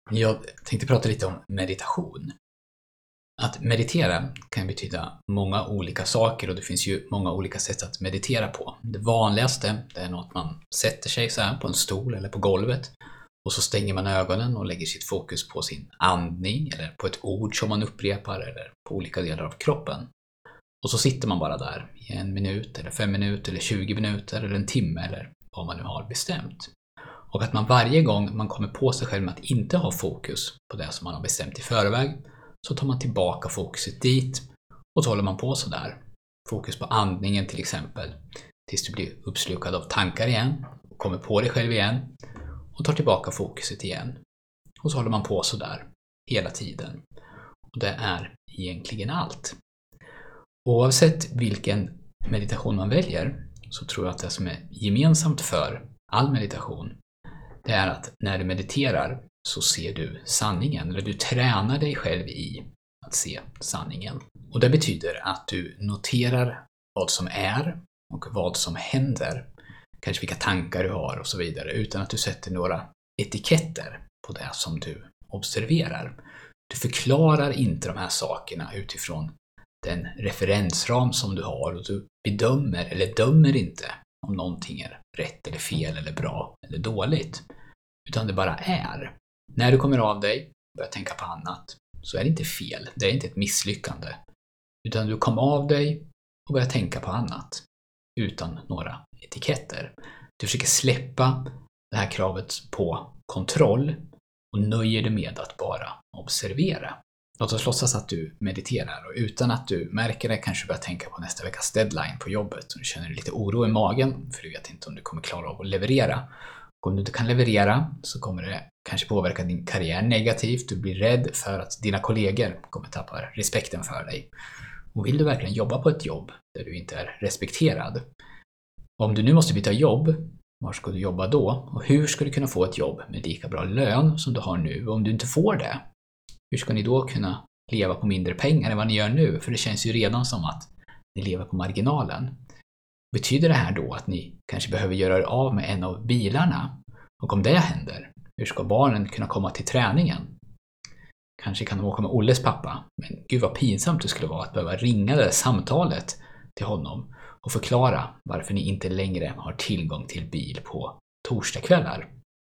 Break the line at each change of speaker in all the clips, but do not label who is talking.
Jag tänkte prata lite om meditation. Att meditera kan betyda många olika saker och det finns ju många olika sätt att meditera på. Det vanligaste det är något man sätter sig så här på en stol eller på golvet och så stänger man ögonen och lägger sitt fokus på sin andning eller på ett ord som man upprepar eller på olika delar av kroppen. Och så sitter man bara där i 1 minut eller 5 minuter eller 20 minuter eller en timme eller vad man nu har bestämt. Och att man varje gång man kommer på sig själv med att inte ha fokus på det som man har bestämt i förväg så tar man tillbaka fokuset dit och så håller man på så där. Fokus på andningen till exempel tills du blir uppslukad av tankar igen och kommer på dig själv igen och tar tillbaka fokuset igen. Och så håller man på så där hela tiden. Och det är egentligen allt. Oavsett vilken meditation man väljer så tror jag att det som är gemensamt för all meditation det är att när du mediterar så ser du sanningen, eller du tränar dig själv i att se sanningen. Och det betyder att du noterar vad som är och vad som händer, kanske vilka tankar du har och så vidare, utan att du sätter några etiketter på det som du observerar. Du förklarar inte de här sakerna utifrån den referensram som du har och du bedömer eller dömer inte om någonting är rätt eller fel eller bra eller dåligt. Utan det bara är. När du kommer av dig och börjar tänka på annat så är det inte fel, det är inte ett misslyckande. Utan du kommer av dig och börjar tänka på annat utan några etiketter. Du försöker släppa det här kravet på kontroll och nöjer dig med att bara observera. Låt oss låtsas att du mediterar och utan att du märker det kanske du börjar tänka på nästa veckas deadline på jobbet och du känner lite oro i magen för du vet inte om du kommer klara av att leverera. Och om du inte kan leverera så kommer det kanske påverka din karriär negativt. Du blir rädd för att dina kollegor kommer tappa respekten för dig. Och vill du verkligen jobba på ett jobb där du inte är respekterad? Om du nu måste byta jobb, var ska du jobba då? Och hur ska du kunna få ett jobb med lika bra lön som du har nu? Och om du inte får det, hur ska ni då kunna leva på mindre pengar än vad ni gör nu? För det känns ju redan som att ni lever på marginalen. Betyder det här då att ni kanske behöver göra er av med en av bilarna? Och om det händer, hur ska barnen kunna komma till träningen? Kanske kan de åka med Olles pappa, men gud vad pinsamt det skulle vara att behöva ringa det där samtalet till honom och förklara varför ni inte längre har tillgång till bil på torsdagskvällar.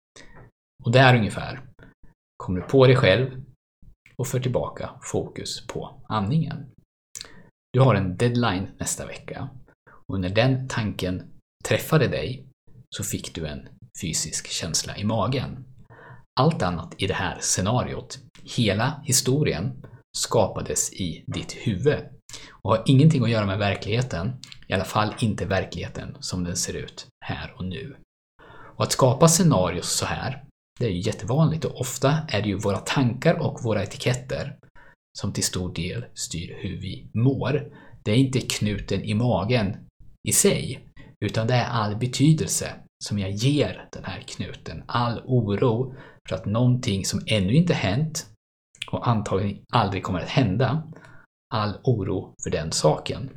Och där ungefär kommer du på dig själv och för tillbaka fokus på andningen. Du har en deadline nästa vecka och när den tanken träffade dig så fick du en fysisk känsla i magen. Allt annat i det här scenariot, hela historien, skapades i ditt huvud och har ingenting att göra med verkligheten, i alla fall inte verkligheten som den ser ut här och nu. Och att skapa scenarios så här, det är ju jättevanligt och ofta är det ju våra tankar och våra etiketter som till stor del styr hur vi mår. Det är inte knuten i magen i sig, utan det är all betydelse som jag ger den här knuten. All oro för att någonting som ännu inte hänt och antagligen aldrig kommer att hända, all oro för den saken.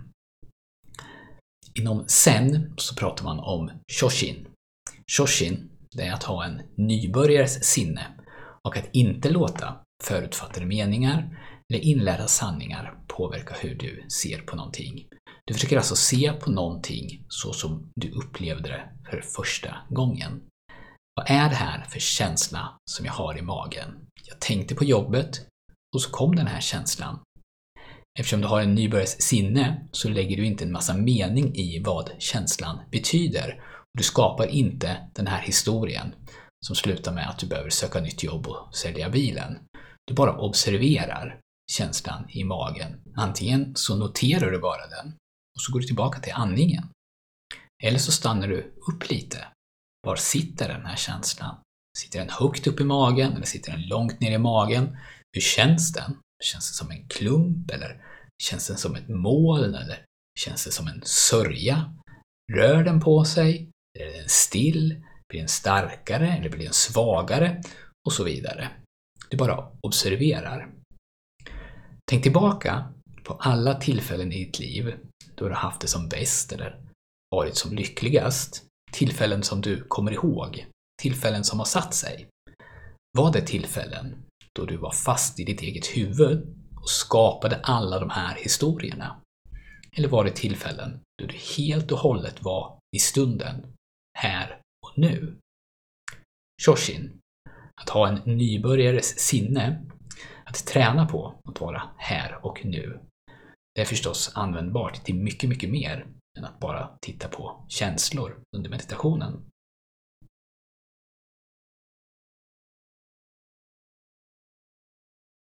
Inom Zen så pratar man om Shoshin. Shoshin, det är att ha en nybörjares sinne och att inte låta förutfattade meningar eller inlärda sanningar påverka hur du ser på någonting. Du försöker alltså se på någonting så som du upplevde det för första gången. Vad är det här för känsla som jag har i magen? Jag tänkte på jobbet och så kom den här känslan. Eftersom du har en nybörjares sinne så lägger du inte en massa mening i vad känslan betyder. Du skapar inte den här historien som slutar med att du behöver söka nytt jobb och sälja bilen. Du bara observerar känslan i magen. Antingen så noterar du bara den och så går du tillbaka till andningen. Eller så stannar du upp lite. Var sitter den här känslan? Sitter den högt upp i magen eller sitter den långt ner i magen? Hur känns den? Känns det som en klump eller känns den som ett moln eller känns det som en sörja? Rör den på sig? Är den still? Blir den starkare eller blir den svagare? Och så vidare. Du bara observerar. Tänk tillbaka på alla tillfällen i ditt liv då du har haft det som bäst eller varit som lyckligast. Tillfällen som du kommer ihåg. Tillfällen som har satt sig. Var det tillfällen då du var fast i ditt eget huvud och skapade alla de här historierna? Eller var det tillfällen då du helt och hållet var i stunden, här och nu? Shoshin, att ha en nybörjares sinne, att träna på att vara här och nu. Det är förstås användbart till mycket, mycket mer än att bara titta på känslor under meditationen.